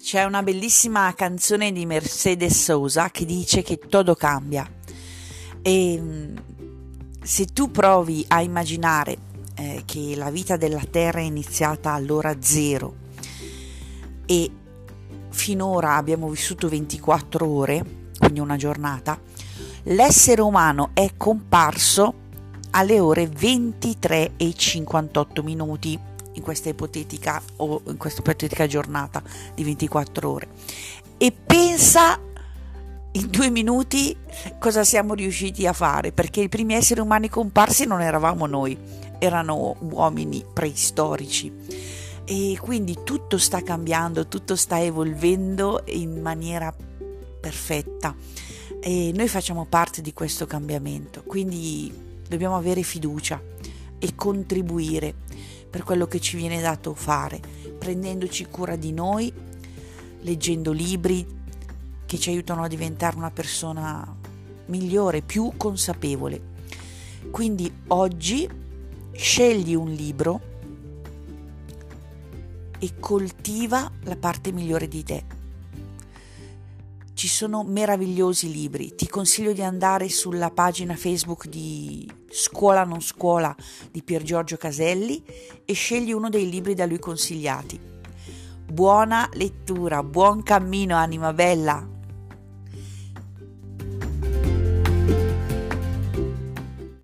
C'è una bellissima canzone di Mercedes Sosa che dice che tutto cambia e se tu provi a immaginare che la vita della Terra è iniziata all'ora zero e finora abbiamo vissuto 24 ore, quindi una giornata, l'essere umano è comparso alle ore 23:58 in questa ipotetica giornata di 24 ore e pensa in 2 minuti cosa siamo riusciti a fare, perché i primi esseri umani comparsi non eravamo noi, erano uomini preistorici e quindi tutto sta cambiando, tutto sta evolvendo in maniera perfetta e noi facciamo parte di questo cambiamento, quindi dobbiamo avere fiducia e contribuire per quello che ci viene dato fare, prendendoci cura di noi, leggendo libri che ci aiutano a diventare una persona migliore, più consapevole. Quindi oggi scegli un libro e coltiva la parte migliore di te. Ci sono meravigliosi libri, ti consiglio di andare sulla pagina Facebook di Scuola non scuola di Pier Giorgio Caselli e scegli uno dei libri da lui consigliati. Buona lettura, buon cammino anima bella!